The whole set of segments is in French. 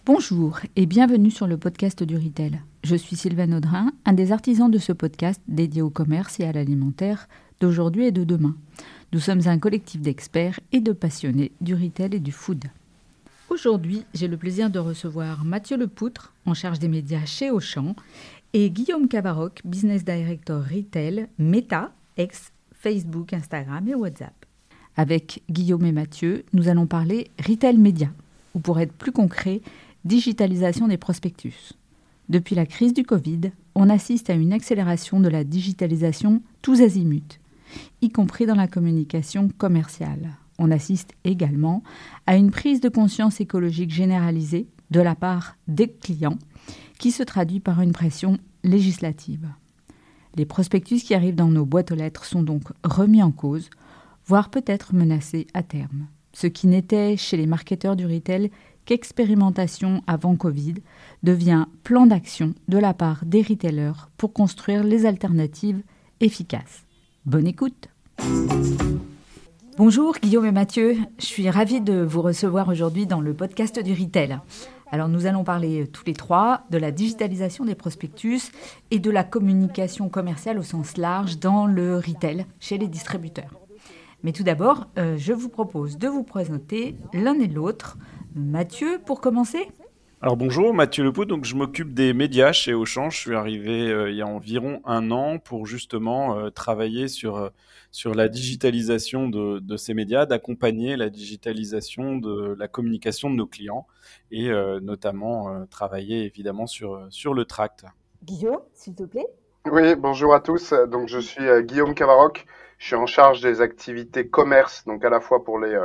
Bonjour et bienvenue sur le podcast du Retail. Je suis Sylvain Audrin, un des artisans de ce podcast dédié au commerce et à l'alimentaire d'aujourd'hui et de demain. Nous sommes un collectif d'experts et de passionnés du retail et du food. Aujourd'hui, j'ai le plaisir de recevoir Mathieu Lepoutre, en charge des médias chez Auchan, et Guillaume Cavaroc, Business Director Retail, Meta, ex-Facebook, Instagram et WhatsApp. Avec Guillaume et Mathieu, nous allons parler Retail Média, ou pour être plus concret, digitalisation des prospectus. Depuis la crise du Covid, on assiste à une accélération de la digitalisation tous azimuts, y compris dans la communication commerciale. On assiste également à une prise de conscience écologique généralisée de la part des clients qui se traduit par une pression législative. Les prospectus qui arrivent dans nos boîtes aux lettres sont donc remis en cause, voire peut-être menacés à terme. Ce qui n'était chez les marketeurs du retail qu'expérimentation avant Covid devient plan d'action de la part des retailers pour construire les alternatives efficaces. Bonne écoute! Bonjour Guillaume et Mathieu, je suis ravie de vous recevoir aujourd'hui dans le podcast du Retail. Alors nous allons parler tous les trois de la digitalisation des prospectus et de la communication commerciale au sens large dans le retail chez les distributeurs. Mais tout d'abord, je vous propose de vous présenter l'un et l'autre. Mathieu, pour commencer. Alors bonjour, Mathieu Lepoutre, donc je m'occupe des médias chez Auchan. Je suis arrivé il y a environ un an pour justement travailler sur la digitalisation de ces médias, d'accompagner la digitalisation de la communication de nos clients et notamment travailler évidemment sur le tract. Guillaume, s'il te plaît. Oui, bonjour à tous. Donc je suis Guillaume Cavaroc. Je suis en charge des activités commerce, donc à la fois pour les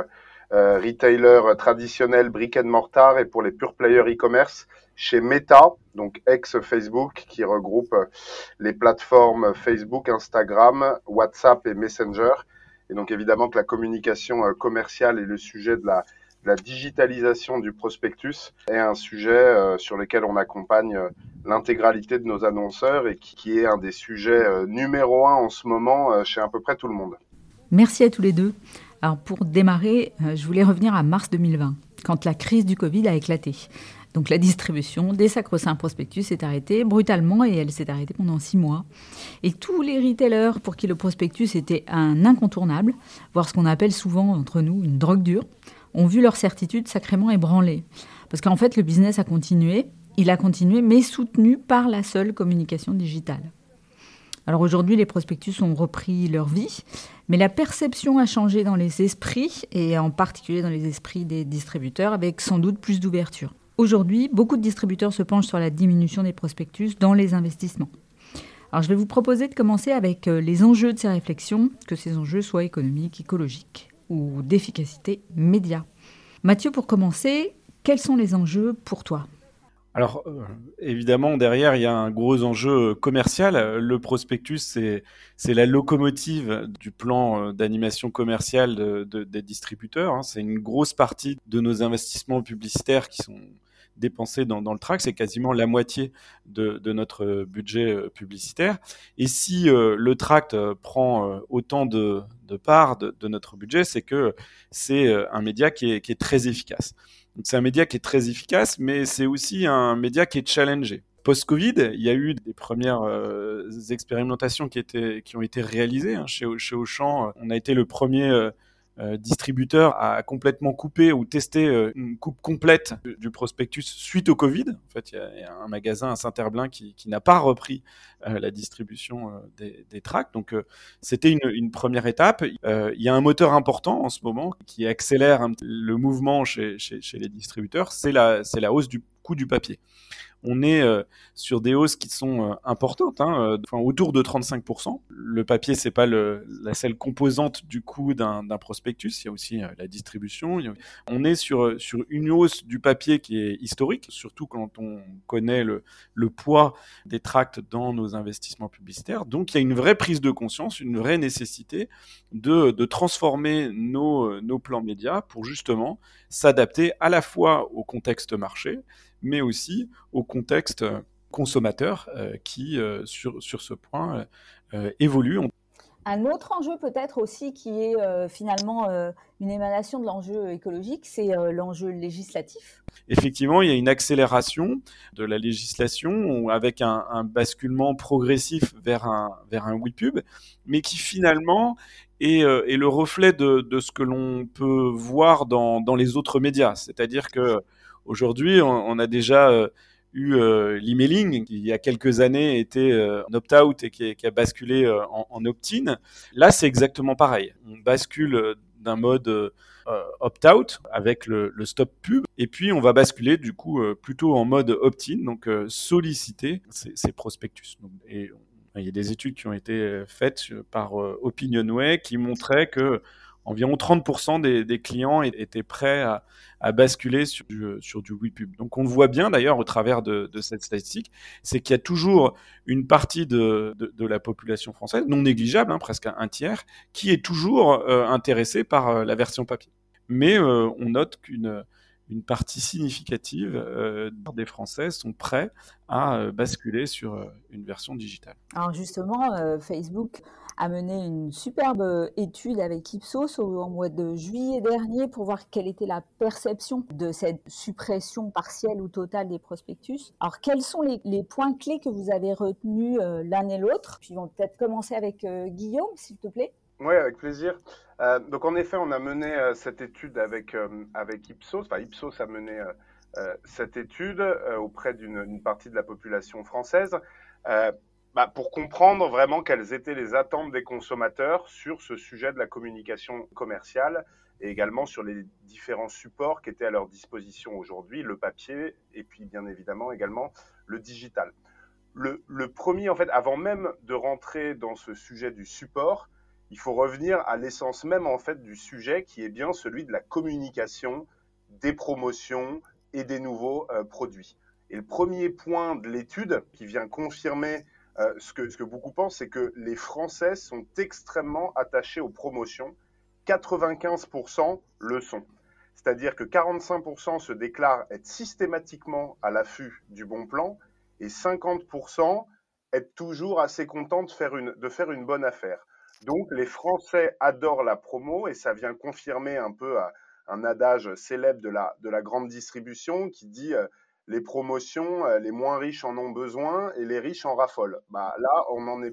retailers traditionnels brick and mortar et pour les pure players e-commerce chez Meta, donc ex-Facebook, qui regroupe les plateformes Facebook, Instagram, WhatsApp et Messenger. Et donc évidemment que la communication commerciale et le sujet de la digitalisation du prospectus est un sujet sur lequel on accompagne l'intégralité de nos annonceurs et qui est un des sujets numéro 1 en ce moment chez à peu près tout le monde. Merci à tous les deux. Alors pour démarrer, je voulais revenir à mars 2020, quand la crise du Covid a éclaté. Donc la distribution des sacro-saints prospectus s'est arrêtée brutalement et elle s'est arrêtée pendant 6 mois. Et tous les retailers pour qui le prospectus était un incontournable, voire ce qu'on appelle souvent entre nous une drogue dure, ont vu leur certitude sacrément ébranlée. Parce qu'en fait, le business a continué, mais soutenu par la seule communication digitale. Alors aujourd'hui, les prospectus ont repris leur vie, mais la perception a changé dans les esprits, et en particulier dans les esprits des distributeurs, avec sans doute plus d'ouverture. Aujourd'hui, beaucoup de distributeurs se penchent sur la diminution des prospectus dans les investissements. Alors je vais vous proposer de commencer avec les enjeux de ces réflexions, que ces enjeux soient économiques, écologiques ou d'efficacité média. Mathieu, pour commencer, quels sont les enjeux pour toi ? Alors, évidemment, derrière, il y a un gros enjeu commercial. Le prospectus, c'est la locomotive du plan d'animation commerciale des distributeurs. C'est une grosse partie de nos investissements publicitaires qui sont dépensés dans le tract. C'est quasiment la moitié de notre budget publicitaire. Et si le tract prend autant de parts de notre budget, c'est que c'est un média qui est très efficace. Donc c'est un média qui est très efficace, mais c'est aussi un média qui est challengé. Post-Covid, il y a eu des premières expérimentations qui ont été réalisées chez Auchan. On a été le premier distributeur à complètement couper ou tester une coupe complète du prospectus suite au Covid. En fait, il y a un magasin à Saint-Herblain qui n'a pas repris la distribution des tracts. Donc, c'était une première étape. Il y a un moteur important en ce moment qui accélère le mouvement chez les distributeurs, c'est la hausse du coût du papier. On est sur des hausses qui sont importantes, autour de 35%. Le papier, c'est pas la seule composante du coût d'un prospectus. Il y a aussi la distribution. On est sur une hausse du papier qui est historique, surtout quand on connaît le poids des tracts dans nos investissements publicitaires. Donc, il y a une vraie prise de conscience, une vraie nécessité de transformer nos plans médias pour justement s'adapter à la fois au contexte marché, mais aussi au contexte consommateur qui, sur ce point, évolue. Un autre enjeu peut-être aussi qui est finalement une émanation de l'enjeu écologique, c'est l'enjeu législatif. Effectivement, il y a une accélération de la législation avec un basculement progressif vers un WePub, mais qui finalement est le reflet de ce que l'on peut voir dans les autres médias. C'est-à-dire que aujourd'hui, on a déjà eu l'emailing qui il y a quelques années était en opt-out et qui a basculé en opt-in. Là, c'est exactement pareil. On bascule d'un mode opt-out avec le stop pub et puis on va basculer du coup plutôt en mode opt-in, donc solliciter ces prospectus. Donc, et il y a des études qui ont été faites par Opinionway qui montraient que environ 30% des clients étaient prêts à basculer sur du WePub. Donc on le voit bien d'ailleurs au travers de cette statistique, c'est qu'il y a toujours une partie de la population française, non négligeable, hein, presque un tiers, qui est toujours intéressée par la version papier. Mais on note une partie significative des Français sont prêts à basculer sur une version digitale. Alors justement, Facebook a mené une superbe étude avec Ipsos au mois de juillet dernier pour voir quelle était la perception de cette suppression partielle ou totale des prospectus. Alors quels sont les points clés que vous avez retenus l'un et l'autre? Puis on va peut-être commencer avec Guillaume, s'il te plaît. Oui, avec plaisir. Donc en effet, on a mené cette étude avec Ipsos. Enfin, Ipsos a mené cette étude auprès d'une partie de la population française euh, pour comprendre vraiment quelles étaient les attentes des consommateurs sur ce sujet de la communication commerciale et également sur les différents supports qui étaient à leur disposition aujourd'hui, le papier et puis bien évidemment également le digital. Le premier, en fait, avant même de rentrer dans ce sujet du support, il faut revenir à l'essence même en fait du sujet qui est bien celui de la communication, des promotions et des nouveaux produits. Et le premier point de l'étude qui vient confirmer ce que beaucoup pensent, c'est que les Français sont extrêmement attachés aux promotions. 95% le sont. C'est-à-dire que 45% se déclarent être systématiquement à l'affût du bon plan et 50% être toujours assez contents de faire une bonne affaire. Donc les Français adorent la promo et ça vient confirmer un peu un adage célèbre de la grande distribution qui dit les promotions, les moins riches en ont besoin et les riches en raffolent. Bah, là, on en est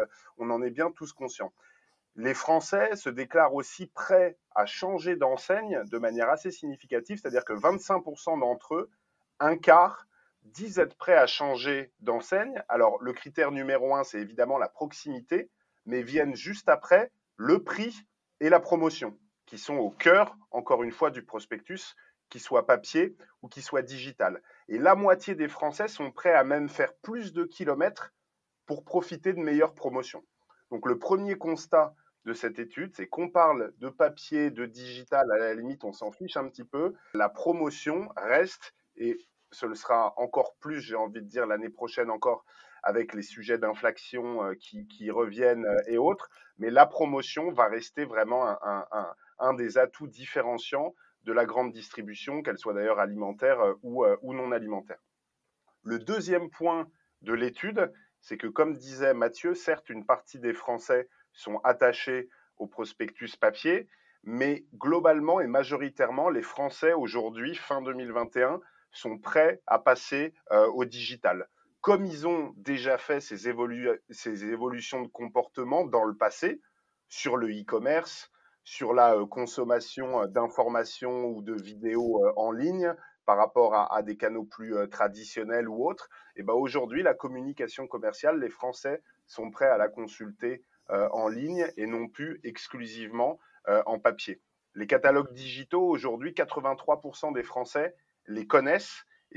bien tous conscients. Les Français se déclarent aussi prêts à changer d'enseigne de manière assez significative, c'est-à-dire que 25% d'entre eux, un quart, disent être prêts à changer d'enseigne. Alors, le critère numéro un, c'est évidemment la proximité, mais viennent juste après le prix et la promotion, qui sont au cœur, encore une fois, du prospectus, qu'il soit papier ou qu'il soit digital. Et la moitié des Français sont prêts à même faire plus de kilomètres pour profiter de meilleures promotions. Donc, le premier constat de cette étude, c'est qu'on parle de papier, de digital, à la limite, on s'en fiche un petit peu. La promotion reste, et ce le sera encore plus, j'ai envie de dire, l'année prochaine encore, avec les sujets d'inflation qui reviennent et autres, mais la promotion va rester vraiment un des atouts différenciants de la grande distribution, qu'elle soit d'ailleurs alimentaire ou non alimentaire. Le deuxième point de l'étude, c'est que, comme disait Mathieu, certes, une partie des Français sont attachés au prospectus papier, mais globalement et majoritairement, les Français aujourd'hui, fin 2021, sont prêts à passer au digital. Comme ils ont déjà fait ces évolutions de comportement dans le passé, sur le e-commerce, sur la consommation d'informations ou de vidéos en ligne, par rapport à des canaux plus traditionnels ou autres, et ben aujourd'hui, la communication commerciale, les Français sont prêts à la consulter en ligne et non plus exclusivement en papier. Les catalogues digitaux, aujourd'hui, 83% des Français les connaissent et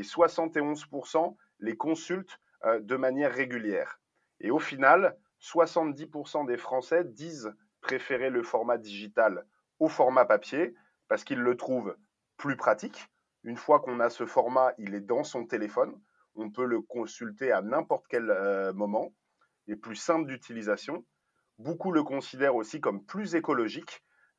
71% les consultent de manière régulière. Et au final, 70% des Français disent préférer le format digital au format papier parce qu'ils le trouvent plus pratique. Une fois qu'on a ce format, il est dans son téléphone. On peut le consulter à n'importe quel moment. Il est plus simple d'utilisation. Beaucoup le considèrent aussi comme plus écologique.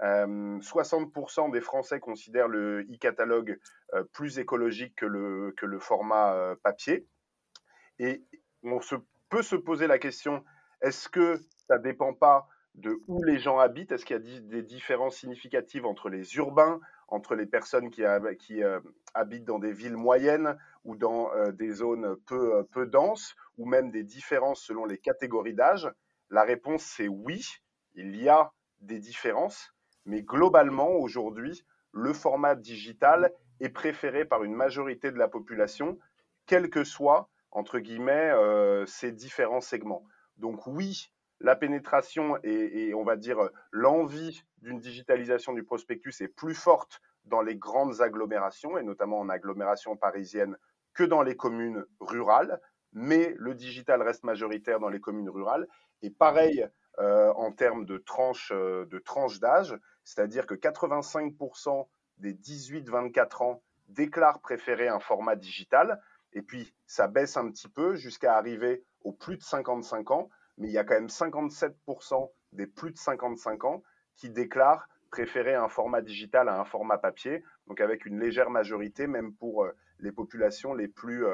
60% des Français considèrent le e-catalogue plus écologique que le format papier. Et on peut se poser la question, est-ce que ça ne dépend pas de où les gens habitent. Est-ce qu'il y a des différences significatives entre les urbains, entre les personnes qui habitent dans des villes moyennes ou dans des zones peu denses, ou même des différences selon les catégories d'âge? La réponse, c'est oui, il y a des différences, mais globalement, aujourd'hui, le format digital est préféré par une majorité de la population, quels que soient, entre guillemets, ces différents segments. Donc oui, la pénétration et on va dire l'envie d'une digitalisation du prospectus est plus forte dans les grandes agglomérations, et notamment en agglomération parisienne, que dans les communes rurales, mais le digital reste majoritaire dans les communes rurales. Et pareil en termes de tranche d'âge, c'est-à-dire que 85% des 18-24 ans déclarent préférer un format digital, et puis ça baisse un petit peu jusqu'à arriver aux plus de 55 ans, mais il y a quand même 57% des plus de 55 ans qui déclarent préférer un format digital à un format papier, donc avec une légère majorité même pour les populations les plus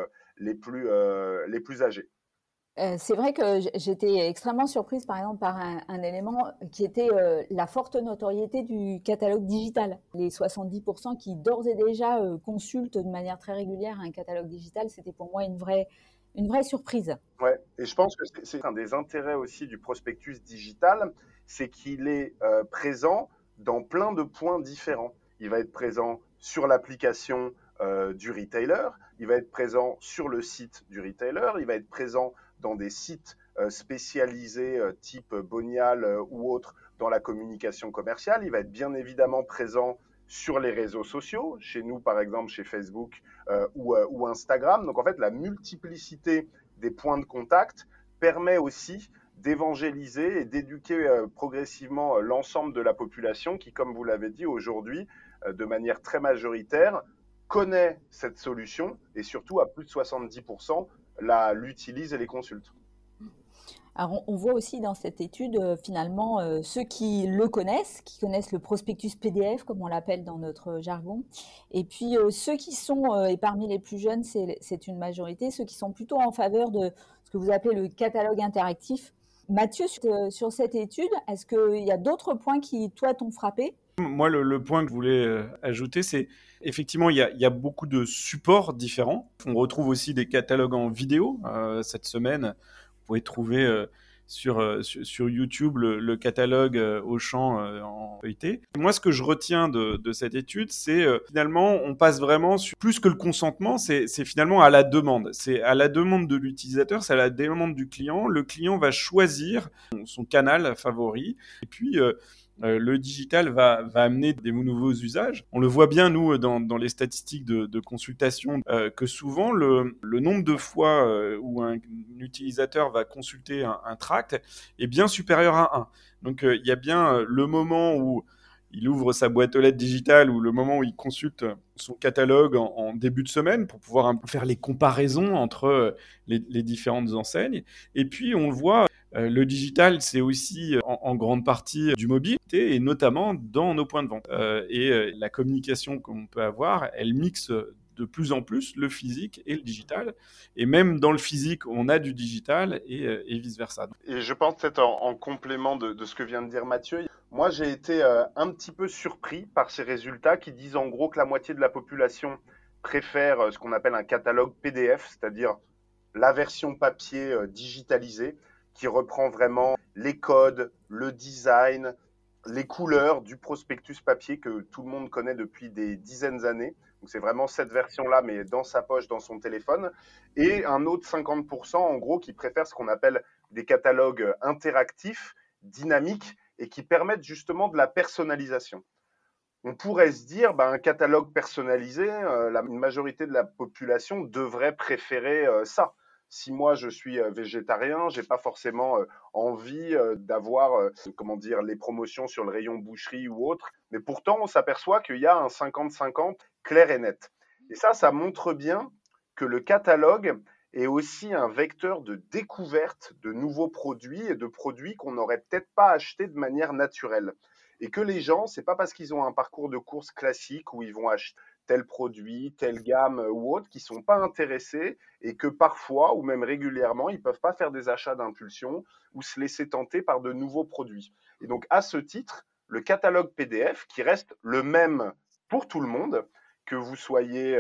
âgées. C'est vrai que j'étais extrêmement surprise, par exemple, par un élément qui était la forte notoriété du catalogue digital. Les 70% qui d'ores et déjà consultent de manière très régulière un catalogue digital, c'était pour moi une vraie surprise. Ouais, et je pense que c'est un des intérêts aussi du prospectus digital, c'est qu'il est présent dans plein de points différents. Il va être présent sur l'application du retailer, il va être présent sur le site du retailer, il va être présent dans des sites spécialisés type Bonial ou autre dans la communication commerciale, il va être bien évidemment présent sur les réseaux sociaux, chez nous par exemple chez Facebook ou Instagram. Donc en fait la multiplicité des points de contact permet aussi d'évangéliser et d'éduquer progressivement l'ensemble de la population qui, comme vous l'avez dit aujourd'hui, de manière très majoritaire, connaît cette solution et surtout à plus de 70% l'utilise et les consulte. Alors, on voit aussi dans cette étude, finalement, ceux qui le connaissent, qui connaissent le prospectus PDF, comme on l'appelle dans notre jargon, et puis ceux qui sont, et parmi les plus jeunes, c'est une majorité, ceux qui sont plutôt en faveur de ce que vous appelez le catalogue interactif. Mathieu, sur cette étude, est-ce qu'il y a d'autres points qui, toi, t'ont frappé? Moi, le point que je voulais ajouter, c'est effectivement, il y a beaucoup de supports différents. On retrouve aussi des catalogues en vidéo. Cette semaine, vous pouvez trouver sur YouTube le catalogue Auchan en feuilleté. Moi, ce que je retiens de cette étude, c'est finalement, on passe vraiment sur plus que le consentement, c'est finalement à la demande. C'est à la demande de l'utilisateur, c'est à la demande du client. Le client va choisir son canal favori. Et puis, le digital va amener des nouveaux usages. On le voit bien, nous, dans les statistiques de consultation, que souvent, le nombre de fois où un utilisateur va consulter un tract est bien supérieur à 1. Donc, il y a bien le moment où il ouvre sa boîte aux lettres digitale ou le moment où il consulte son catalogue en début de semaine pour pouvoir faire les comparaisons entre les différentes enseignes. Et puis, on le voit, le digital, c'est aussi en grande partie du mobile et notamment dans nos points de vente. La communication qu'on peut avoir, elle mixe de plus en plus le physique et le digital. Et même dans le physique, on a du digital et vice-versa. Et je pense peut-être en complément de ce que vient de dire Mathieu, moi j'ai été un petit peu surpris par ces résultats qui disent en gros que la moitié de la population préfère ce qu'on appelle un catalogue PDF, c'est-à-dire la version papier digitalisée qui reprend vraiment les codes, le design, les couleurs du prospectus papier que tout le monde connaît depuis des dizaines d'années. Donc c'est vraiment cette version-là, mais dans sa poche, dans son téléphone. Et un autre 50%, en gros, qui préfère ce qu'on appelle des catalogues interactifs, dynamiques, et qui permettent justement de la personnalisation. On pourrait se dire, un catalogue personnalisé, une majorité de la population devrait préférer ça. Si moi je suis végétarien, j'ai pas forcément envie d'avoir, comment dire, les promotions sur le rayon boucherie ou autre. Mais pourtant, on s'aperçoit qu'il y a un 50-50 clair et net. Et ça montre bien que le catalogue est aussi un vecteur de découverte de nouveaux produits et de produits qu'on n'aurait peut-être pas achetés de manière naturelle. Et que les gens, c'est pas parce qu'ils ont un parcours de course classique où ils vont acheter tel produit, telle gamme ou autre, qui ne sont pas intéressés et que parfois, ou même régulièrement, ils ne peuvent pas faire des achats d'impulsion ou se laisser tenter par de nouveaux produits. Et donc, à ce titre, le catalogue PDF, qui reste le même pour tout le monde, que vous soyez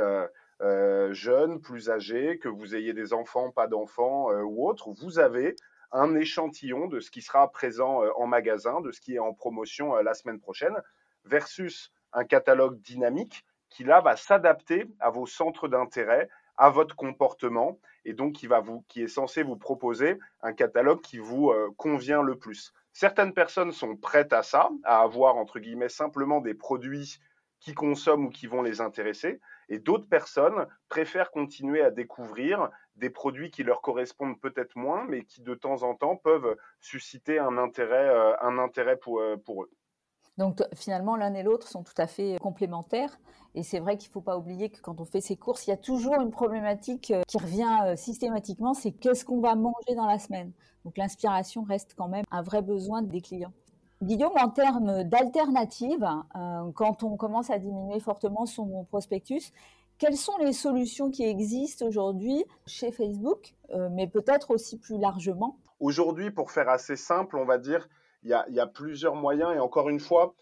jeune, plus âgé, que vous ayez des enfants, pas d'enfants ou autre, vous avez un échantillon de ce qui sera présent en magasin, de ce qui est en promotion la semaine prochaine, versus un catalogue dynamique qui là va s'adapter à vos centres d'intérêt, à votre comportement, et donc qui est censé vous proposer un catalogue qui vous convient le plus. Certaines personnes sont prêtes à ça, à avoir entre guillemets simplement des produits qui consomment ou qui vont les intéresser, et d'autres personnes préfèrent continuer à découvrir des produits qui leur correspondent peut-être moins, mais qui de temps en temps peuvent susciter un intérêt pour eux. Donc finalement, l'un et l'autre sont tout à fait complémentaires. Et c'est vrai qu'il ne faut pas oublier que quand on fait ses courses, il y a toujours une problématique qui revient systématiquement, c'est qu'est-ce qu'on va manger dans la semaine. Donc l'inspiration reste quand même un vrai besoin des clients. Guillaume, en termes d'alternatives, quand on commence à diminuer fortement son prospectus, quelles sont les solutions qui existent aujourd'hui chez Facebook, mais peut-être aussi plus largement? Aujourd'hui, pour faire assez simple, on va dire, il y a plusieurs moyens. Et encore une fois,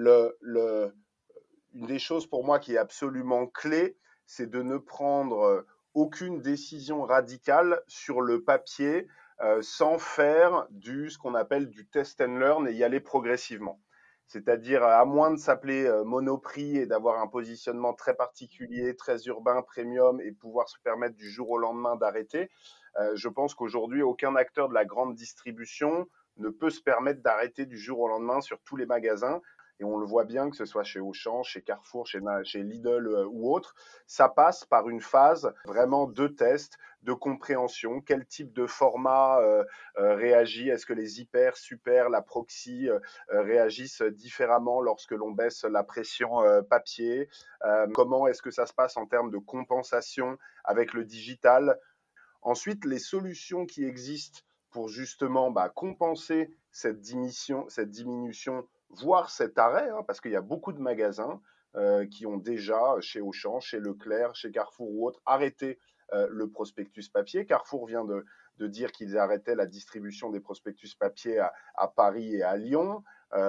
une des choses pour moi qui est absolument clé, c'est de ne prendre aucune décision radicale sur le papier sans faire ce qu'on appelle du test and learn et y aller progressivement. C'est-à-dire, à moins de s'appeler Monoprix et d'avoir un positionnement très particulier, très urbain, premium et pouvoir se permettre du jour au lendemain d'arrêter, je pense qu'aujourd'hui, aucun acteur de la grande distribution ne peut se permettre d'arrêter du jour au lendemain sur tous les magasins. Et on le voit bien, que ce soit chez Auchan, chez Carrefour, chez Lidl ou autre, ça passe par une phase vraiment de test, de compréhension. Quel type de format réagit? Est-ce que les hyper, super, la proxy réagissent différemment lorsque l'on baisse la pression papier? Comment est-ce que ça se passe en termes de compensation avec le digital? Ensuite, les solutions qui existent pour justement compenser cette diminution, voire cet arrêt, parce qu'il y a beaucoup de magasins qui ont déjà, chez Auchan, chez Leclerc, chez Carrefour ou autres, arrêté le prospectus papier. Carrefour vient de dire qu'ils arrêtaient la distribution des prospectus papier à Paris et à Lyon.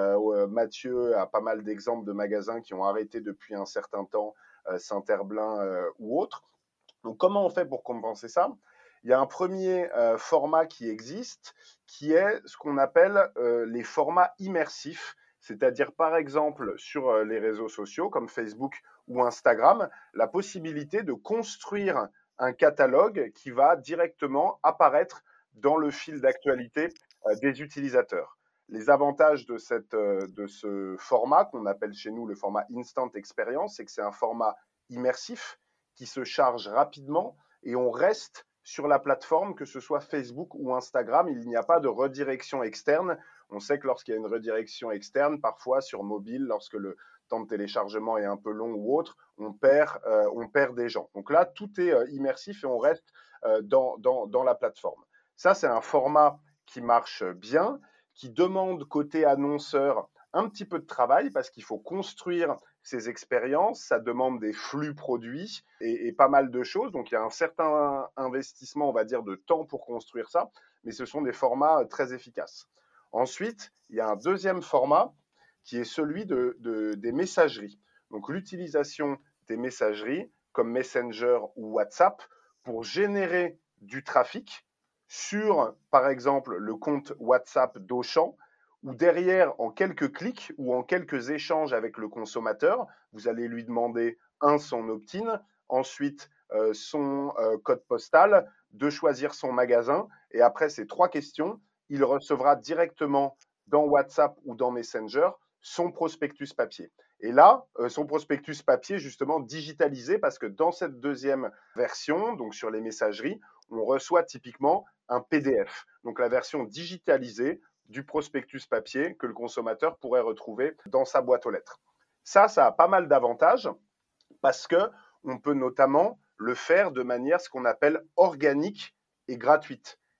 Mathieu a pas mal d'exemples de magasins qui ont arrêté depuis un certain temps, Saint-Herblain ou autres. Donc, comment on fait pour compenser ça? Il y a un premier format qui existe, qui est ce qu'on appelle les formats immersifs, c'est-à-dire par exemple sur les réseaux sociaux comme Facebook ou Instagram, la possibilité de construire un catalogue qui va directement apparaître dans le fil d'actualité des utilisateurs. Les avantages de ce format, qu'on appelle chez nous le format Instant Experience, c'est que c'est un format immersif qui se charge rapidement et on reste sur la plateforme, que ce soit Facebook ou Instagram. Il n'y a pas de redirection externe. On sait que lorsqu'il y a une redirection externe, parfois sur mobile, lorsque le temps de téléchargement est un peu long ou autre, on perd des gens. Donc là, tout est immersif et on reste dans la plateforme. Ça, c'est un format qui marche bien, qui demande côté annonceur un petit peu de travail parce qu'il faut construire ces expériences, ça demande des flux produits et pas mal de choses. Donc, il y a un certain investissement, on va dire, de temps pour construire ça, mais ce sont des formats très efficaces. Ensuite, il y a un deuxième format qui est celui des messageries. Donc, l'utilisation des messageries comme Messenger ou WhatsApp pour générer du trafic sur, par exemple, le compte WhatsApp d'Auchan, où derrière, en quelques clics ou en quelques échanges avec le consommateur, vous allez lui demander son opt-in, ensuite son code postal, de choisir son magasin, et après ces 3 questions, il recevra directement dans WhatsApp ou dans Messenger son prospectus papier. Et là, son prospectus papier justement digitalisé, parce que dans cette deuxième version, donc sur les messageries, on reçoit typiquement un PDF, donc la version digitalisée du prospectus papier que le consommateur pourrait retrouver dans sa boîte aux lettres. Ça a pas mal d'avantages parce que on peut notamment le faire de manière ce qu'on appelle organique et gratuite.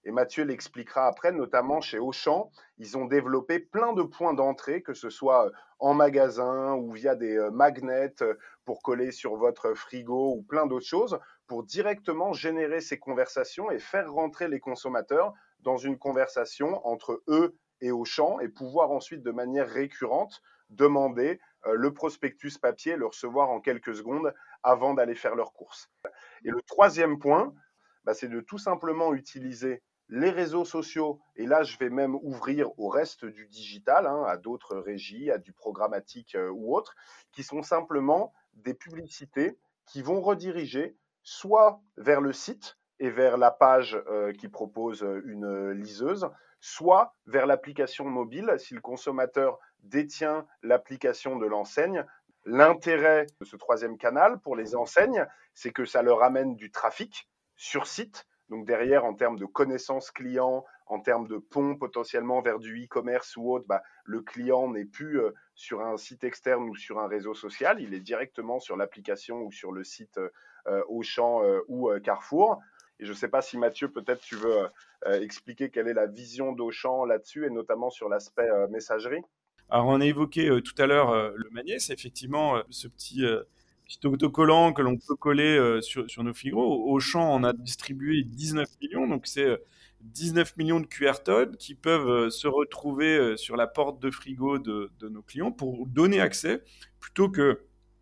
Et Mathieu l'expliquera après, notamment chez Auchan, ils ont développé plein de points d'entrée, que ce soit en magasin ou via des magnets pour coller sur votre frigo ou plein d'autres choses, pour directement générer ces conversations et faire rentrer les consommateurs dans une conversation entre eux et Auchan et pouvoir ensuite de manière récurrente demander le prospectus papier, le recevoir en quelques secondes avant d'aller faire leurs courses. Et le troisième point, c'est de tout simplement utiliser les réseaux sociaux, et là je vais même ouvrir au reste du digital, à d'autres régies, à du programmatique ou autre, qui sont simplement des publicités qui vont rediriger soit vers le site et vers la page qui propose une liseuse, soit vers l'application mobile si le consommateur détient l'application de l'enseigne. L'intérêt de ce troisième canal pour les enseignes, c'est que ça leur amène du trafic sur site. Donc derrière, en termes de connaissances clients, en termes de pont potentiellement vers du e-commerce ou autre, le client n'est plus sur un site externe ou sur un réseau social, il est directement sur l'application ou sur le site Auchan ou Carrefour. Et je ne sais pas si Mathieu, peut-être tu veux expliquer quelle est la vision d'Auchan là-dessus et notamment sur l'aspect messagerie. Alors, on a évoqué tout à l'heure le Magnès, effectivement, ce petit autocollant que l'on peut coller sur nos frigos. Auchan en a distribué 19 millions, donc c'est 19 millions de QR codes qui peuvent se retrouver sur la porte de frigo de nos clients pour donner accès, plutôt que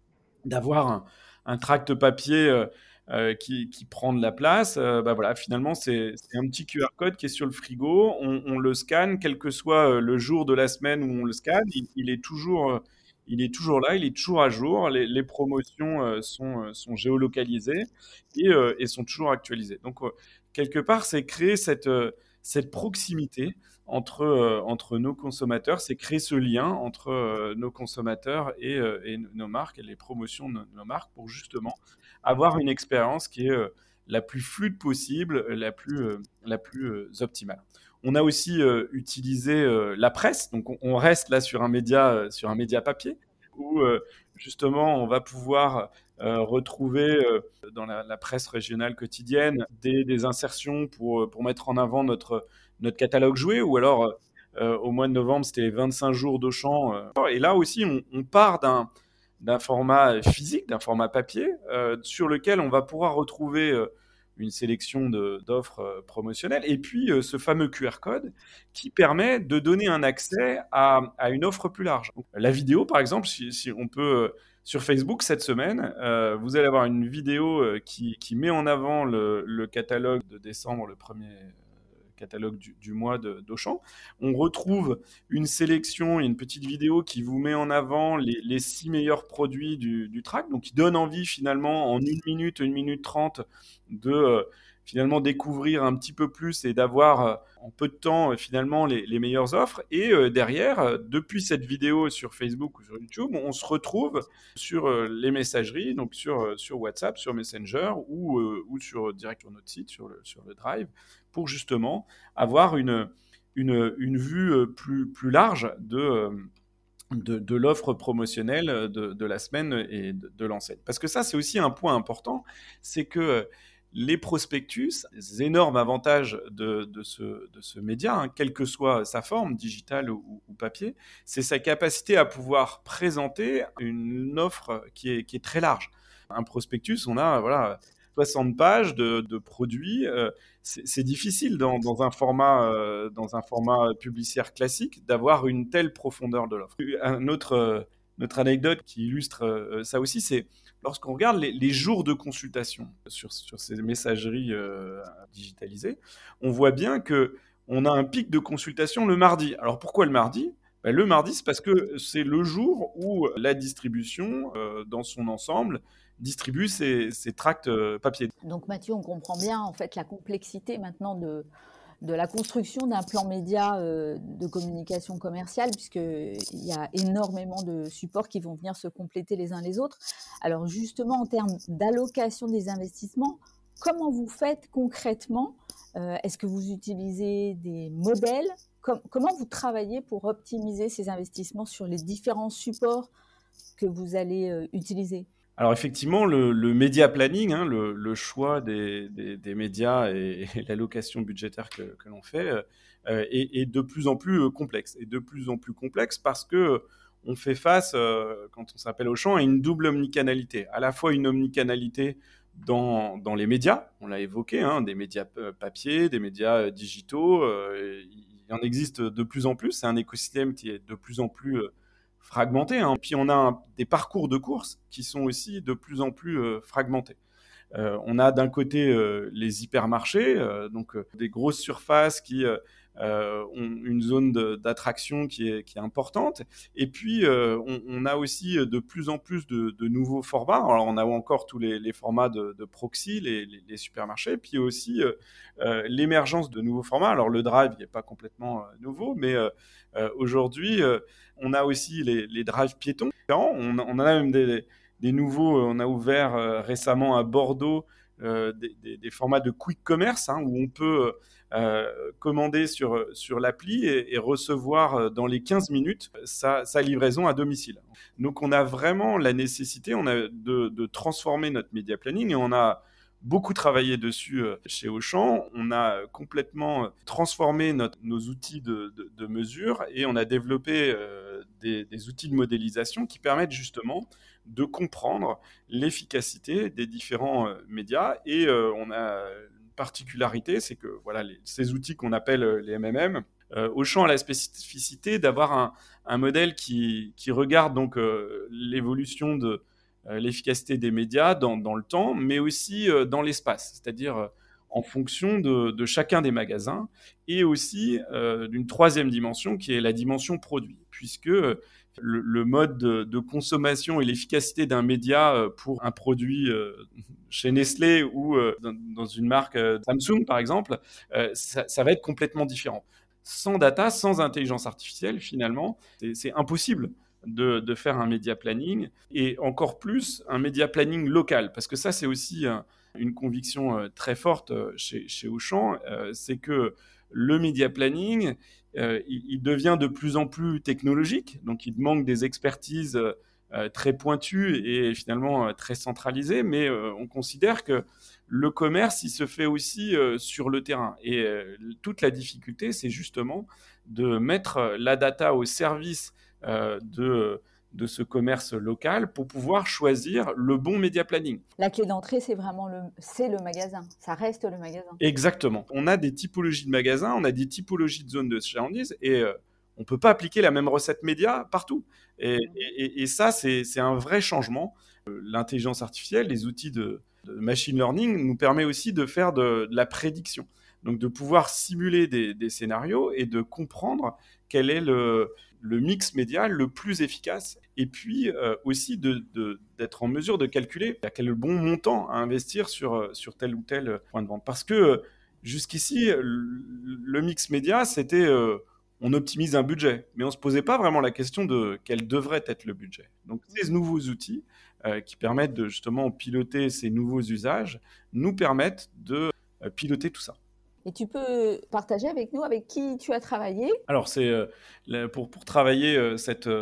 d'avoir un tract papier qui prend de la place. Voilà, finalement, c'est un petit QR code qui est sur le frigo. On le scanne, quel que soit le jour de la semaine où on le scanne. Il est toujours là, il est toujours à jour. Les promotions sont géolocalisées et sont toujours actualisées. Donc, quelque part, c'est créer cette proximité entre nos consommateurs, c'est créer ce lien entre nos consommateurs et nos marques et les promotions de nos marques pour justement avoir une expérience qui est la plus fluide possible, la plus optimale. On a aussi utilisé la presse, donc on reste là sur un média papier, où justement on va pouvoir retrouver dans la presse régionale quotidienne des insertions pour mettre en avant notre catalogue jouet, ou alors au mois de novembre, c'était les 25 jours d'Auchan. Et là aussi, on part d'un format physique, d'un format papier, sur lequel on va pouvoir retrouver une sélection d'offres promotionnelles, et puis ce fameux QR code qui permet de donner un accès à une offre plus large. Donc, la vidéo, par exemple, si on peut, sur Facebook cette semaine, vous allez avoir une vidéo qui met en avant le catalogue de décembre, le premier catalogue du mois d'Auchan. On retrouve une sélection, une petite vidéo qui vous met en avant les 6 meilleurs produits du track, donc qui donne envie finalement en 1 minute 30 de finalement découvrir un petit peu plus et d'avoir en peu de temps finalement les meilleures offres. Et derrière, depuis cette vidéo sur Facebook ou sur YouTube, on se retrouve sur les messageries, donc sur WhatsApp, sur Messenger ou direct sur notre site, sur le Drive, pour justement avoir une vue plus large de l'offre promotionnelle de la semaine et de l'enseigne. Parce que ça, c'est aussi un point important, c'est que les prospectus, les énormes avantages de ce média, quelle que soit sa forme, digitale ou papier, c'est sa capacité à pouvoir présenter une offre qui est très large. Un prospectus, on a 60 pages de produits. C'est difficile dans un format publicitaire classique d'avoir une telle profondeur de l'offre. Notre anecdote qui illustre ça aussi, c'est lorsqu'on regarde les jours de consultation sur ces messageries digitalisées, on voit bien qu'on a un pic de consultation le mardi. Alors pourquoi le mardi ? Le mardi, c'est parce que c'est le jour où la distribution, dans son ensemble, distribue ses tracts papier. Donc Mathieu, on comprend bien en fait la complexité maintenant de la construction d'un plan média de communication commerciale, puisqu'il y a énormément de supports qui vont venir se compléter les uns les autres. Alors justement, en termes d'allocation des investissements, comment vous faites concrètement ? Est-ce que vous utilisez des modèles ? Comment vous travaillez pour optimiser ces investissements sur les différents supports que vous allez utiliser ? Alors effectivement, le média planning, hein, le choix des médias et l'allocation budgétaire que l'on fait est de plus en plus complexe. Et de plus en plus complexe parce que on fait face, quand on s'appelle Auchan, à une double omnicanalité. À la fois une omnicanalité dans les médias, on l'a évoqué, hein, des médias papier, des médias digitaux, il en existe de plus en plus. C'est un écosystème qui est de plus en plus fragmenté, hein. Puis on a des parcours de course qui sont aussi de plus en plus fragmentés. On a d'un côté les hypermarchés, donc des grosses surfaces qui ont une zone d'attraction qui est importante. Et puis, on a aussi de plus en plus de nouveaux formats. Alors, on a encore tous les formats de proxy, les supermarchés, puis aussi l'émergence de nouveaux formats. Alors, le drive n'est pas complètement nouveau, mais aujourd'hui, on a aussi les drives piétons. On en a même des nouveaux. On a ouvert récemment à Bordeaux des formats de quick commerce, hein, où on peut commander sur l'appli et recevoir dans les 15 minutes sa livraison à domicile. Donc on a vraiment la nécessité de transformer notre media planning et on a beaucoup travaillé dessus chez Auchan. On a complètement transformé nos outils de mesure et on a développé des outils de modélisation qui permettent justement de comprendre l'efficacité des différents médias. Et on a une particularité, c'est que voilà, ces outils qu'on appelle les MMM, Auchan a la spécificité d'avoir un modèle qui regarde donc l'évolution de l'efficacité des médias dans le temps, mais aussi dans l'espace, c'est-à-dire en fonction de chacun des magasins, et aussi d'une troisième dimension qui est la dimension produit, puisque le mode de consommation et l'efficacité d'un média pour un produit chez Nestlé ou dans une marque Samsung, par exemple, ça va être complètement différent. Sans data, sans intelligence artificielle, finalement, c'est impossible de faire un média planning, et encore plus un média planning local, parce que ça, c'est aussi une conviction très forte chez Auchan, c'est que le média planning, il devient de plus en plus technologique, donc il manque des expertises très pointues et finalement très centralisées, mais on considère que le commerce, il se fait aussi sur le terrain. Et toute la difficulté, c'est justement de mettre la data au service de ce commerce local pour pouvoir choisir le bon média planning. La clé d'entrée, c'est vraiment le magasin. Ça reste le magasin. Exactement. On a des typologies de magasins, on a des typologies de zones de chalandise et on ne peut pas appliquer la même recette média partout. Et ça, c'est un vrai changement. L'intelligence artificielle, les outils de machine learning nous permet aussi de faire de la prédiction. Donc de pouvoir simuler des scénarios et de comprendre quel est le mix média le plus efficace, et puis aussi d'être en mesure de calculer à quel bon montant à investir sur tel ou tel point de vente. Parce que jusqu'ici, le mix média, c'était on optimise un budget, mais on ne se posait pas vraiment la question de quel devrait être le budget. Donc ces nouveaux outils qui permettent de justement piloter ces nouveaux usages nous permettent de piloter tout ça. Et tu peux partager avec nous avec qui tu as travaillé? Alors, c'est pour travailler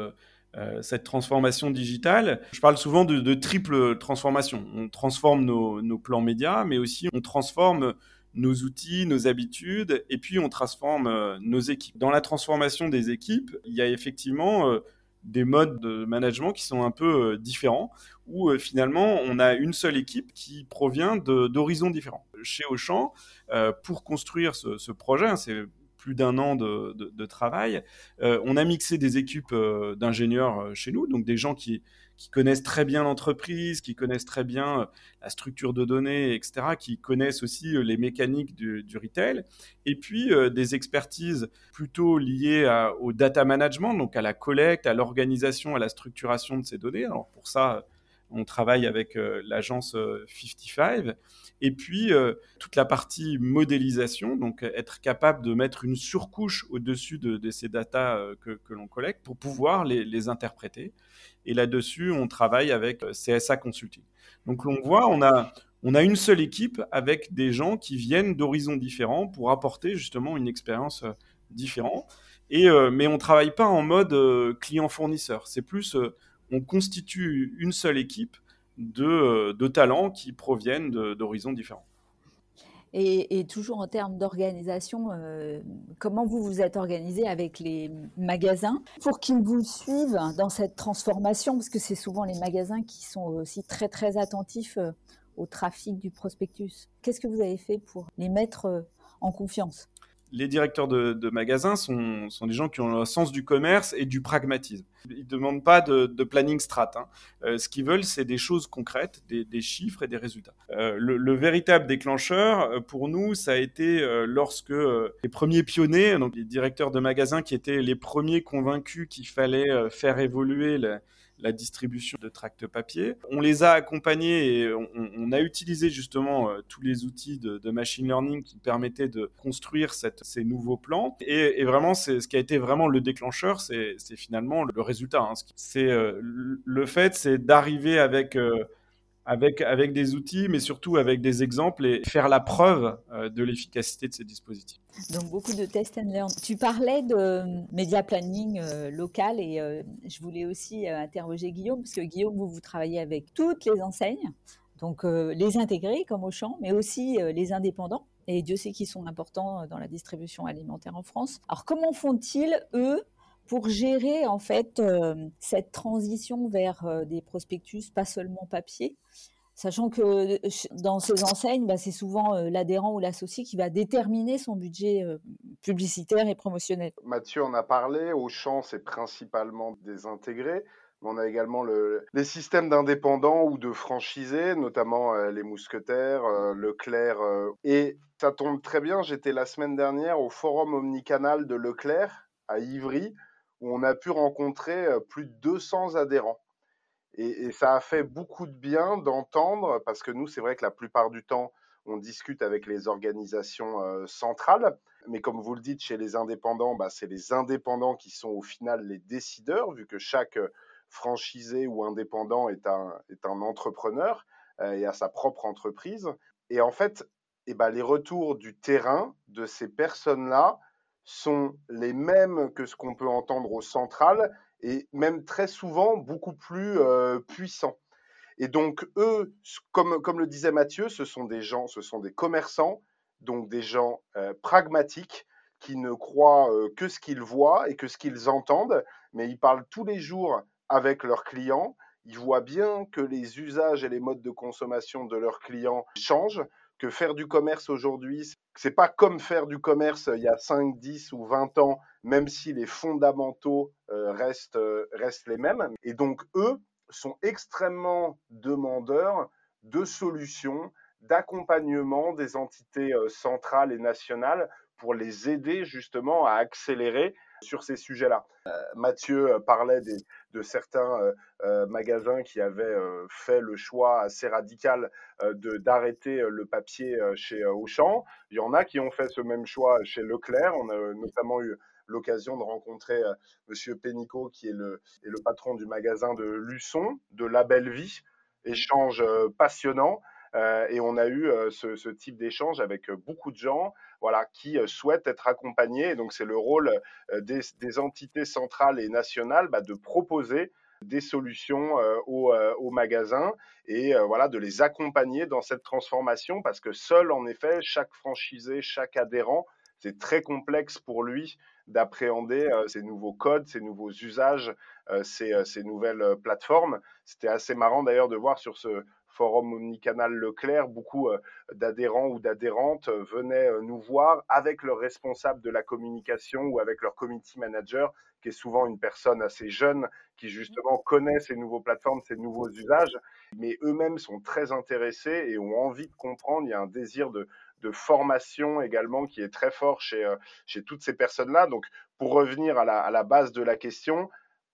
cette transformation digitale. Je parle souvent de triple transformation. On transforme nos plans médias, mais aussi on transforme nos outils, nos habitudes, et puis on transforme nos équipes. Dans la transformation des équipes, il y a effectivement des modes de management qui sont un peu différents, où finalement on a une seule équipe qui provient d'horizons différents. Chez Auchan, pour construire ce projet, hein, c'est plus d'un an de travail, on a mixé des équipes d'ingénieurs chez nous, donc des gens qui connaissent très bien l'entreprise, qui connaissent très bien la structure de données, etc., qui connaissent aussi les mécaniques du retail, et puis des expertises plutôt liées au data management, donc à la collecte, à l'organisation, à la structuration de ces données. Alors pour ça, on travaille avec l'agence 55, et puis toute la partie modélisation, donc être capable de mettre une surcouche au-dessus de ces datas que l'on collecte pour pouvoir les interpréter. Et là-dessus, on travaille avec CSA Consulting. Donc on voit, on a une seule équipe avec des gens qui viennent d'horizons différents pour apporter justement une expérience différente. Mais on ne travaille pas en mode client-fournisseur. C'est plus, on constitue une seule équipe de talents qui proviennent d'horizons différents. Et toujours en termes d'organisation, comment vous vous êtes organisé avec les magasins pour qu'ils vous suivent dans cette transformation? Parce que c'est souvent les magasins qui sont aussi très, très attentifs au trafic du prospectus. Qu'est-ce que vous avez fait pour les mettre en confiance? Les directeurs de magasins sont des gens qui ont un sens du commerce et du pragmatisme. Ils ne demandent pas de planning strat. Ce qu'ils veulent, c'est des choses concrètes, des chiffres et des résultats. Le véritable déclencheur, pour nous, ça a été lorsque les premiers pionniers, donc les directeurs de magasins qui étaient les premiers convaincus qu'il fallait faire évoluer la distribution de tracts papier. On les a accompagnés et on a utilisé justement tous les outils de machine learning qui permettaient de construire ces nouveaux plans. Et vraiment, ce qui a été vraiment le déclencheur, c'est finalement le résultat. C'est le fait, c'est d'arriver avec des outils, mais surtout avec des exemples et faire la preuve de l'efficacité de ces dispositifs. Donc beaucoup de test and learn. Tu parlais de média planning local et je voulais aussi interroger Guillaume, parce que Guillaume, vous travaillez avec toutes les enseignes, donc les intégrés comme Auchan, mais aussi les indépendants. Et Dieu sait qu'ils sont importants dans la distribution alimentaire en France. Alors comment font-ils, eux, pour gérer en fait cette transition vers des prospectus, pas seulement papier, sachant que dans ces enseignes, c'est souvent l'adhérent ou l'associé qui va déterminer son budget publicitaire et promotionnel. Mathieu en a parlé, Auchan, c'est principalement des intégrés. Mais on a également les systèmes d'indépendants ou de franchisés, notamment les Mousquetaires, Leclerc. Et ça tombe très bien, j'étais la semaine dernière au forum omnicanal de Leclerc à Ivry, où on a pu rencontrer plus de 200 adhérents. Et ça a fait beaucoup de bien d'entendre, parce que nous, c'est vrai que la plupart du temps, on discute avec les organisations centrales. Mais comme vous le dites, chez les indépendants, c'est les indépendants qui sont au final les décideurs, vu que chaque franchisé ou indépendant est un entrepreneur et a sa propre entreprise. Et en fait, les retours du terrain de ces personnes-là sont les mêmes que ce qu'on peut entendre au central, et même très souvent beaucoup plus puissants. Et donc eux, comme le disait Mathieu, ce sont des commerçants, donc des gens pragmatiques qui ne croient que ce qu'ils voient et que ce qu'ils entendent, mais ils parlent tous les jours avec leurs clients. Ils voient bien que les usages et les modes de consommation de leurs clients changent, que faire du commerce aujourd'hui, c'est pas comme faire du commerce il y a 5, 10 ou 20 ans, même si les fondamentaux restent les mêmes. Et donc, eux sont extrêmement demandeurs de solutions, d'accompagnement des entités centrales et nationales pour les aider justement à accélérer sur ces sujets-là. Mathieu parlait de certains magasins qui avaient fait le choix assez radical d'arrêter le papier chez Auchan. Il y en a qui ont fait ce même choix chez Leclerc. On a notamment eu l'occasion de rencontrer Monsieur Pénicaud, qui est le patron du magasin de Luçon, de La Belle Vie. Échange passionnant. Et on a eu ce type d'échange avec beaucoup de gens qui souhaitent être accompagnés. Et donc, c'est le rôle des entités centrales et nationales de proposer des solutions aux magasins et de les accompagner dans cette transformation, parce que seul, en effet, chaque franchisé, chaque adhérent, c'est très complexe pour lui d'appréhender ces nouveaux codes, ces nouveaux usages, ces nouvelles plateformes. C'était assez marrant d'ailleurs de voir sur ce forum omnicanal Leclerc, beaucoup d'adhérents ou d'adhérentes venaient nous voir avec leur responsable de la communication ou avec leur community manager, qui est souvent une personne assez jeune qui justement connaît ces nouveaux plateformes, ces nouveaux usages, mais eux-mêmes sont très intéressés et ont envie de comprendre. Il y a un désir de formation également qui est très fort chez toutes ces personnes-là. Donc, pour revenir à la base de la question,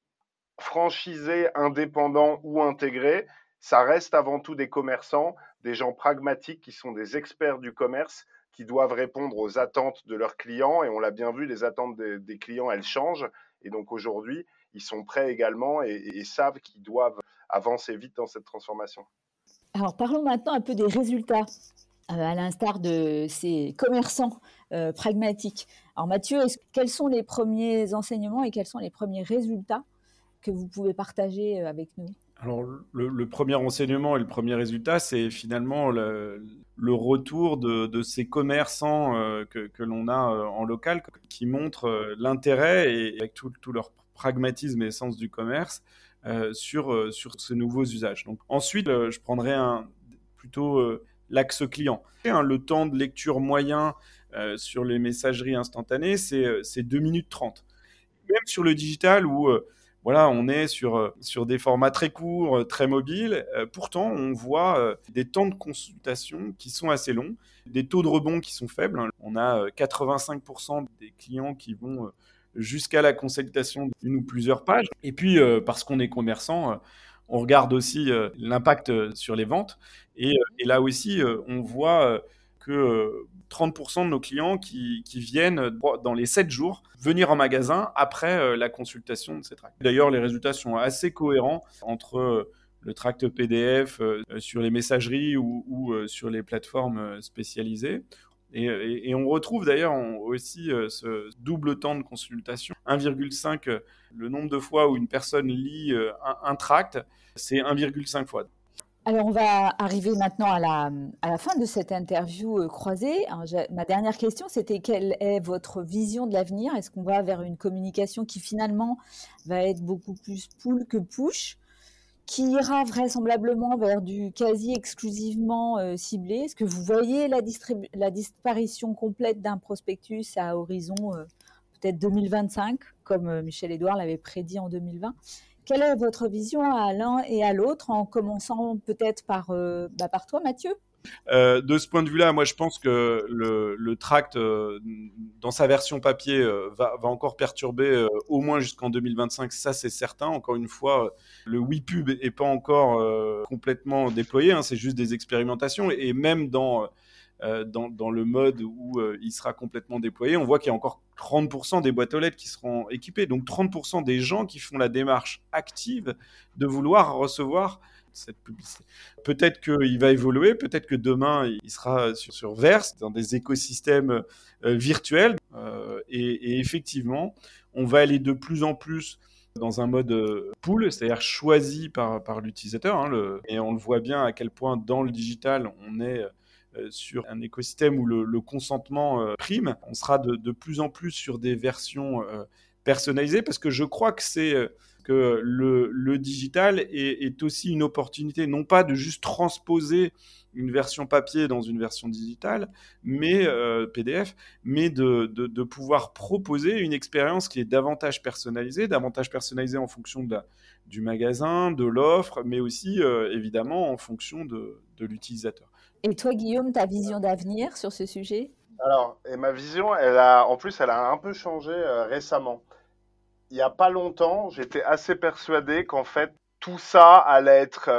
franchisés, indépendants ou intégrés, ça reste avant tout des commerçants, des gens pragmatiques qui sont des experts du commerce, qui doivent répondre aux attentes de leurs clients. Et on l'a bien vu, les attentes des clients, elles changent. Et donc aujourd'hui, ils sont prêts également et savent qu'ils doivent avancer vite dans cette transformation. Alors parlons maintenant un peu des résultats, à l'instar de ces commerçants pragmatiques. Alors Mathieu, quels sont les premiers enseignements et quels sont les premiers résultats que vous pouvez partager avec nous? Alors, le premier enseignement et le premier résultat, c'est finalement le retour de ces commerçants que l'on a en local, qui montrent l'intérêt et avec tout leur pragmatisme et sens du commerce sur ces nouveaux usages. Donc, ensuite, je prendrai plutôt l'axe client. Le temps de lecture moyen sur les messageries instantanées, c'est 2 minutes 30. Même sur le digital où voilà, on est sur des formats très courts, très mobiles. Pourtant, on voit des temps de consultation qui sont assez longs, des taux de rebond qui sont faibles. On a 85% des clients qui vont jusqu'à la consultation d'une ou plusieurs pages. Et puis, parce qu'on est commerçant, on regarde aussi l'impact sur les ventes. Et là aussi, on voit que 30% de nos clients qui viennent dans les 7 jours venir en magasin après la consultation de ces tracts. D'ailleurs, les résultats sont assez cohérents entre le tract PDF sur les messageries ou sur les plateformes spécialisées. Et on retrouve d'ailleurs aussi ce double temps de consultation. 1,5, le nombre de fois où une personne lit un tract, c'est 1,5 fois. Alors, on va arriver maintenant à la fin de cette interview croisée. Alors, ma dernière question, c'était quelle est votre vision de l'avenir? Est-ce qu'on va vers une communication qui finalement va être beaucoup plus pull que push, qui ira vraisemblablement vers du quasi exclusivement ciblé? Est-ce que vous voyez la disparition complète d'un prospectus à horizon peut-être 2025, comme Michel-Édouard l'avait prédit en 2020? Quelle est votre vision à l'un et à l'autre, en commençant peut-être par toi, Mathieu? De ce point de vue-là, moi je pense que le tract, dans sa version papier, va encore perturber au moins jusqu'en 2025, ça c'est certain. Encore une fois, le WePub n'est pas encore complètement déployé, hein, c'est juste des expérimentations. Et même dans le mode où il sera complètement déployé, on voit qu'il y a encore 30% des boîtes aux lettres qui seront équipées. Donc 30% des gens qui font la démarche active de vouloir recevoir cette publicité. Peut-être qu'il va évoluer, peut-être que demain, il sera sur Verse, dans des écosystèmes virtuels. Et effectivement, on va aller de plus en plus dans un mode pool, c'est-à-dire choisi par l'utilisateur. Hein, et on le voit bien à quel point dans le digital, on est sur un écosystème où le consentement prime. On sera de plus en plus sur des versions personnalisées, parce que je crois que le digital est aussi une opportunité, non pas de juste transposer une version papier dans une version digitale, mais PDF, mais de pouvoir proposer une expérience qui est davantage personnalisée en fonction du magasin, de l'offre, mais aussi évidemment en fonction de l'utilisateur. Et toi, Guillaume, ta vision d'avenir sur ce sujet? Alors, et ma vision, elle a un peu changé récemment. Il n'y a pas longtemps, j'étais assez persuadé qu'en fait, tout ça allait être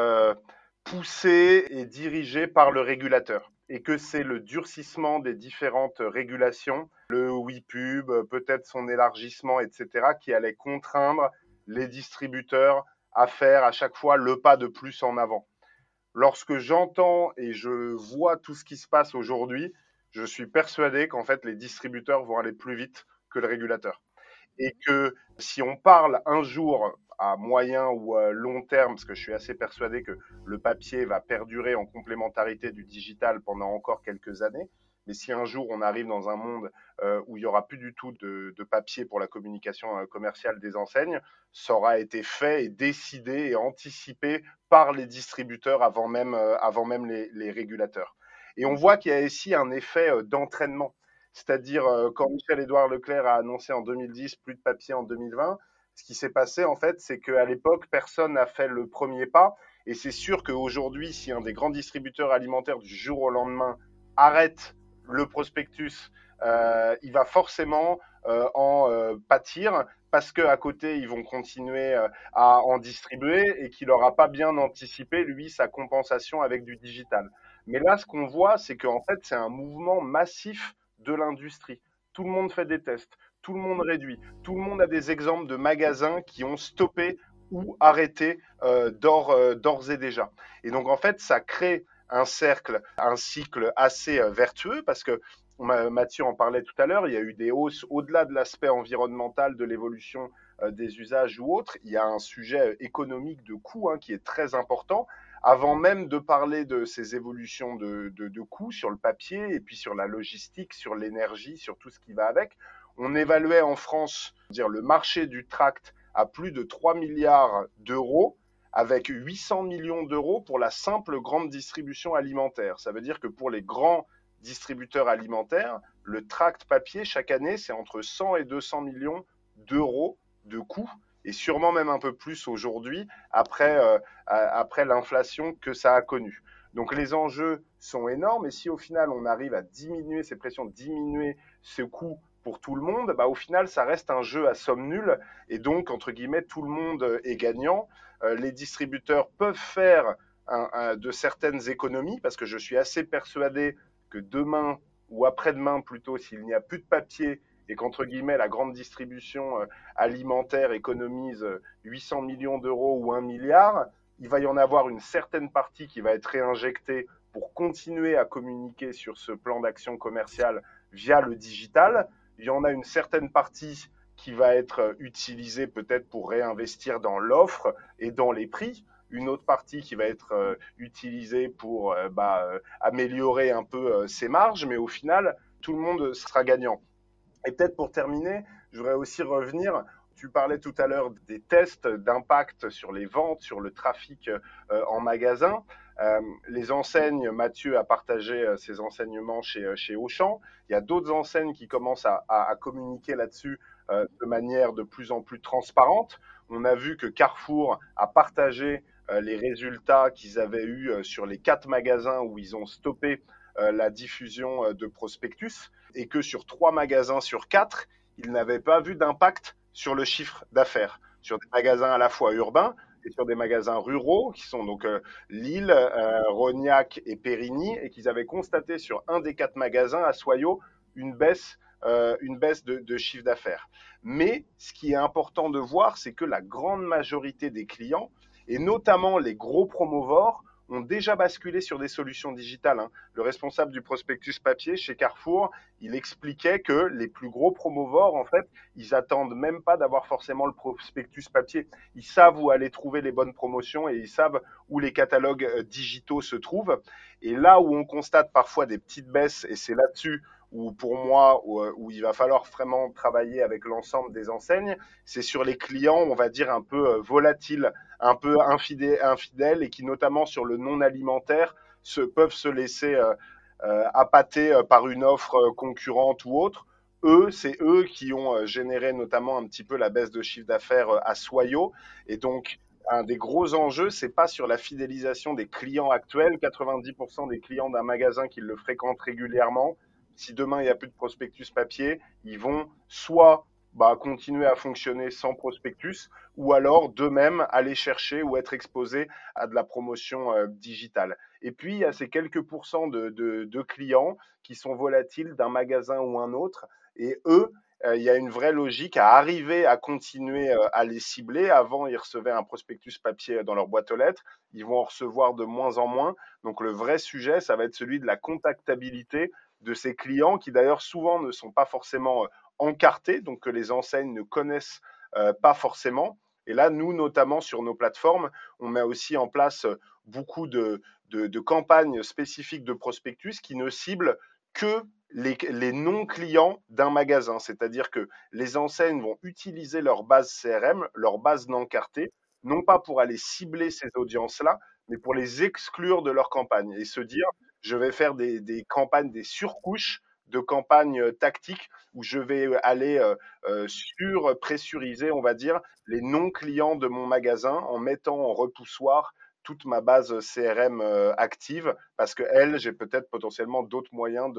poussé et dirigé par le régulateur. Et que c'est le durcissement des différentes régulations, le WePub, peut-être son élargissement, etc., qui allait contraindre les distributeurs à faire à chaque fois le pas de plus en avant. Lorsque j'entends et je vois tout ce qui se passe aujourd'hui, je suis persuadé qu'en fait, les distributeurs vont aller plus vite que le régulateur. Et que si on parle un jour à moyen ou à long terme, parce que je suis assez persuadé que le papier va perdurer en complémentarité du digital pendant encore quelques années, mais si un jour on arrive dans un monde où il n'y aura plus du tout de papier pour la communication commerciale des enseignes, ça aura été fait et décidé et anticipé par les distributeurs avant même les régulateurs. Et on voit qu'il y a ici un effet d'entraînement. C'est-à-dire, quand Michel-Édouard Leclerc a annoncé en 2010 plus de papier en 2020, ce qui s'est passé, en fait, c'est qu'à l'époque, personne n'a fait le premier pas. Et c'est sûr qu'aujourd'hui, si un des grands distributeurs alimentaires du jour au lendemain arrête le prospectus, il va forcément en pâtir, parce qu'à côté, ils vont continuer à en distribuer et qu'il n'aura pas bien anticipé, lui, sa compensation avec du digital. Mais là, ce qu'on voit, c'est qu'en fait, c'est un mouvement massif de l'industrie. Tout le monde fait des tests, tout le monde réduit, tout le monde a des exemples de magasins qui ont stoppé ou arrêté d'ores et déjà. Et donc en fait, ça crée un cycle assez vertueux, parce que Mathieu en parlait tout à l'heure, il y a eu des hausses au-delà de l'aspect environnemental, de l'évolution des usages ou autres. Il y a un sujet économique de coût qui est très important. Avant même de parler de ces évolutions de coûts sur le papier et puis sur la logistique, sur l'énergie, sur tout ce qui va avec, on évaluait en France le marché du tract à plus de 3 milliards d'euros, avec 800 millions d'euros pour la simple grande distribution alimentaire. Ça veut dire que pour les grands distributeurs alimentaires, le tract papier, chaque année, c'est entre 100 et 200 millions d'euros de coûts, et sûrement même un peu plus aujourd'hui, après l'inflation que ça a connue. Donc les enjeux sont énormes, et si au final on arrive à diminuer ces pressions, diminuer ce coût pour tout le monde, au final ça reste un jeu à somme nulle, et donc entre guillemets tout le monde est gagnant. Les distributeurs peuvent faire de certaines économies, parce que je suis assez persuadé que demain ou après-demain plutôt, s'il n'y a plus de papier et qu'entre guillemets la grande distribution alimentaire économise 800 millions d'euros ou 1 milliard, il va y en avoir une certaine partie qui va être réinjectée pour continuer à communiquer sur ce plan d'action commerciale via le digital. Il y en a une certaine partie qui va être utilisée peut-être pour réinvestir dans l'offre et dans les prix. Une autre partie qui va être utilisée pour améliorer un peu ses marges, mais au final, tout le monde sera gagnant. Et peut-être pour terminer, je voudrais aussi revenir, tu parlais tout à l'heure des tests d'impact sur les ventes, sur le trafic en magasin. Les enseignes, Mathieu a partagé ses enseignements chez Auchan. Il y a d'autres enseignes qui commencent à communiquer là-dessus de manière de plus en plus transparente. On a vu que Carrefour a partagé les résultats qu'ils avaient eus sur les 4 magasins où ils ont stoppé la diffusion de prospectus, et que sur 3 magasins sur 4, ils n'avaient pas vu d'impact sur le chiffre d'affaires, sur des magasins à la fois urbains et sur des magasins ruraux qui sont donc Lille, Rognac et Périgny, et qu'ils avaient constaté sur un des 4 magasins à Soyaux une baisse de chiffre d'affaires. Mais ce qui est important de voir, c'est que la grande majorité des clients, et notamment les gros promovores, ont déjà basculé sur des solutions digitales. Le responsable du prospectus papier chez Carrefour, il expliquait que les plus gros promovores, en fait, ils attendent même pas d'avoir forcément le prospectus papier. Ils savent où aller trouver les bonnes promotions et ils savent où les catalogues digitaux se trouvent. Et là où on constate parfois des petites baisses, et c'est là-dessus où pour moi, où il va falloir vraiment travailler avec l'ensemble des enseignes, c'est sur les clients, on va dire, un peu volatiles, un peu infidèles, et qui, notamment sur le non alimentaire, peuvent se laisser appâter par une offre concurrente ou autre. C'est eux qui ont généré notamment un petit peu la baisse de chiffre d'affaires à Soyaux. Et donc, un des gros enjeux, c'est pas sur la fidélisation des clients actuels. 90% des clients d'un magasin qui le fréquentent régulièrement, si demain il n'y a plus de prospectus papier, ils vont soit continuer à fonctionner sans prospectus, ou alors d'eux-mêmes aller chercher ou être exposés à de la promotion digitale. Et puis, il y a ces quelques pourcents de clients qui sont volatiles d'un magasin ou un autre, et eux, il y a une vraie logique à arriver à continuer à les cibler. Avant, ils recevaient un prospectus papier dans leur boîte aux lettres, ils vont en recevoir de moins en moins. Donc le vrai sujet, ça va être celui de la contactabilité de ces clients, qui d'ailleurs souvent ne sont pas forcément encartés, donc que les enseignes ne connaissent pas forcément. Et là, nous, notamment sur nos plateformes, on met aussi en place beaucoup de campagnes spécifiques de prospectus qui ne ciblent que les non-clients d'un magasin. C'est-à-dire que les enseignes vont utiliser leur base CRM, leur base non cartée, non pas pour aller cibler ces audiences-là, mais pour les exclure de leur campagne et se dire, je vais faire des campagnes, des surcouches de campagnes tactiques où je vais aller surpressuriser, on va dire, les non-clients de mon magasin en mettant en repoussoir toute ma base CRM active, parce que j'ai peut-être potentiellement d'autres moyens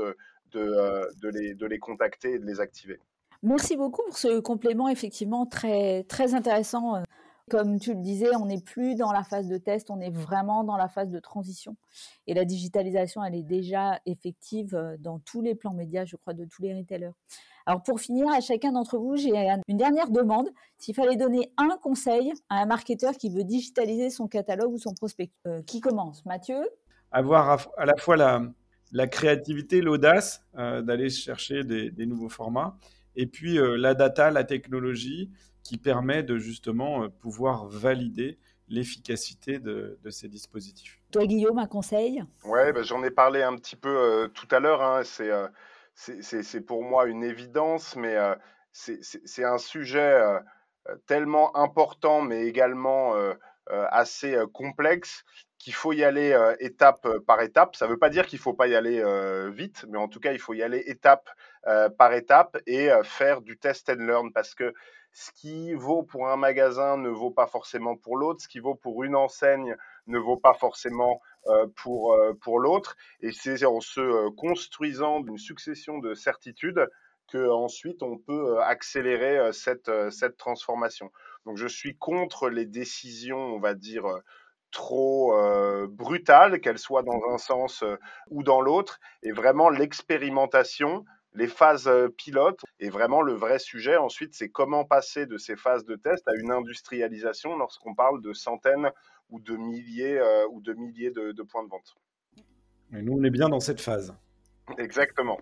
de les contacter et de les activer. Merci beaucoup pour ce complément effectivement très, très intéressant. Comme tu le disais, on n'est plus dans la phase de test, on est vraiment dans la phase de transition. Et la digitalisation, elle est déjà effective dans tous les plans médias, je crois, de tous les retailers. Alors pour finir, à chacun d'entre vous, j'ai une dernière demande. S'il fallait donner un conseil à un marketeur qui veut digitaliser son catalogue ou son prospect, qui commence? Mathieu? Avoir à la fois la créativité, l'audace d'aller chercher des nouveaux formats, et puis la data, la technologie qui permet de justement pouvoir valider l'efficacité de ces dispositifs. Toi, Guillaume, un conseil ? Ouais, j'en ai parlé un petit peu tout à l'heure, hein. C'est pour moi une évidence, mais c'est un sujet tellement important, mais également assez complexe, qu'il faut y aller étape par étape. Ça ne veut pas dire qu'il ne faut pas y aller vite, mais en tout cas, il faut y aller étape par étape et faire du test and learn, parce que ce qui vaut pour un magasin ne vaut pas forcément pour l'autre, ce qui vaut pour une enseigne ne vaut pas forcément pour l'autre. Et c'est en se construisant d'une succession de certitudes qu'ensuite on peut accélérer cette transformation. Donc je suis contre les décisions, on va dire, trop brutales, qu'elles soient dans un sens ou dans l'autre, et vraiment l'expérimentation, les phases pilotes, et vraiment le vrai sujet ensuite, c'est comment passer de ces phases de test à une industrialisation lorsqu'on parle de centaines ou de milliers de points de vente. Et nous, on est bien dans cette phase. Exactement.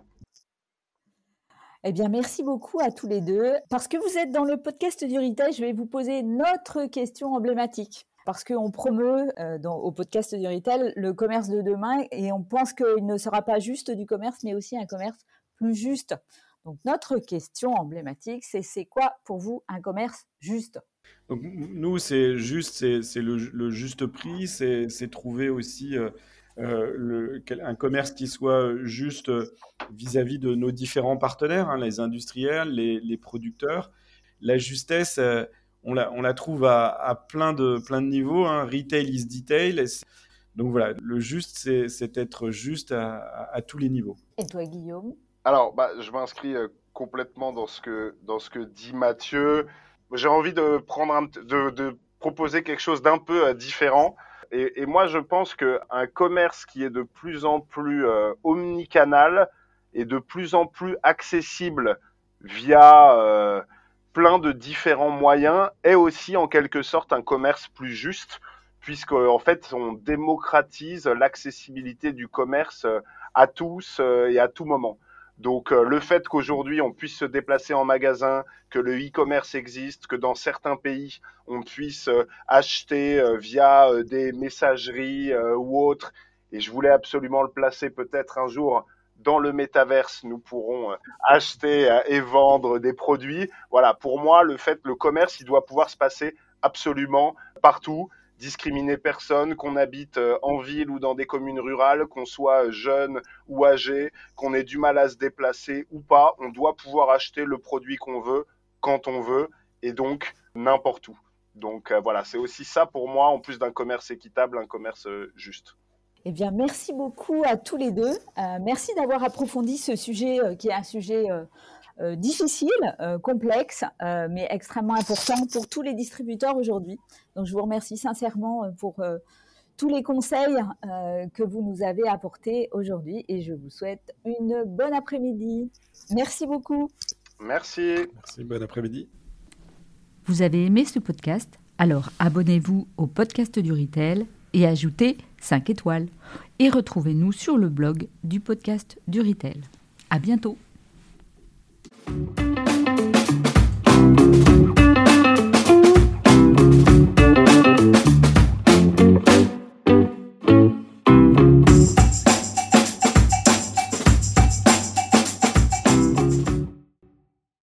Eh bien, merci beaucoup à tous les deux. Parce que vous êtes dans le podcast du Retail, je vais vous poser notre question emblématique. Parce qu'on promeut au podcast du Retail le commerce de demain, et on pense qu'il ne sera pas juste du commerce, mais aussi un commerce plus juste. Donc, notre question emblématique, c'est quoi pour vous un commerce juste ? Donc, nous, c'est juste, c'est le juste prix, c'est trouver aussi un commerce qui soit juste vis-à-vis de nos différents partenaires, hein, les industriels, les producteurs. La justesse, on la trouve à plein de niveaux, hein. Retail is detail. Donc voilà, le juste, c'est être juste à tous les niveaux. Et toi, Guillaume ? Alors, je m'inscris complètement dans ce que dit Mathieu. J'ai envie de proposer quelque chose d'un peu différent. Et moi, je pense qu'un commerce qui est de plus en plus omnicanal et de plus en plus accessible via plein de différents moyens est aussi en quelque sorte un commerce plus juste, puisque en fait, on démocratise l'accessibilité du commerce à tous et à tout moment. Donc le fait qu'aujourd'hui on puisse se déplacer en magasin, que le e-commerce existe, que dans certains pays on puisse acheter via des messageries ou autres, et je voulais absolument le placer peut-être un jour dans le métaverse, nous pourrons acheter et vendre des produits. Voilà, pour moi le commerce il doit pouvoir se passer absolument partout, discriminer personne, qu'on habite en ville ou dans des communes rurales, qu'on soit jeune ou âgé, qu'on ait du mal à se déplacer ou pas, on doit pouvoir acheter le produit qu'on veut, quand on veut, et donc n'importe où. Donc voilà, c'est aussi ça pour moi, en plus d'un commerce équitable, un commerce juste. Eh bien, merci beaucoup à tous les deux. Merci d'avoir approfondi ce sujet qui est un sujet difficile, complexe, mais extrêmement important pour tous les distributeurs aujourd'hui. Donc, je vous remercie sincèrement pour tous les conseils que vous nous avez apportés aujourd'hui, et je vous souhaite une bonne après-midi. Merci beaucoup. Merci. Merci, bon après-midi. Vous avez aimé ce podcast ? Alors abonnez-vous au podcast du Retail et ajoutez 5 étoiles. Et retrouvez-nous sur le blog du podcast du Retail. À bientôt.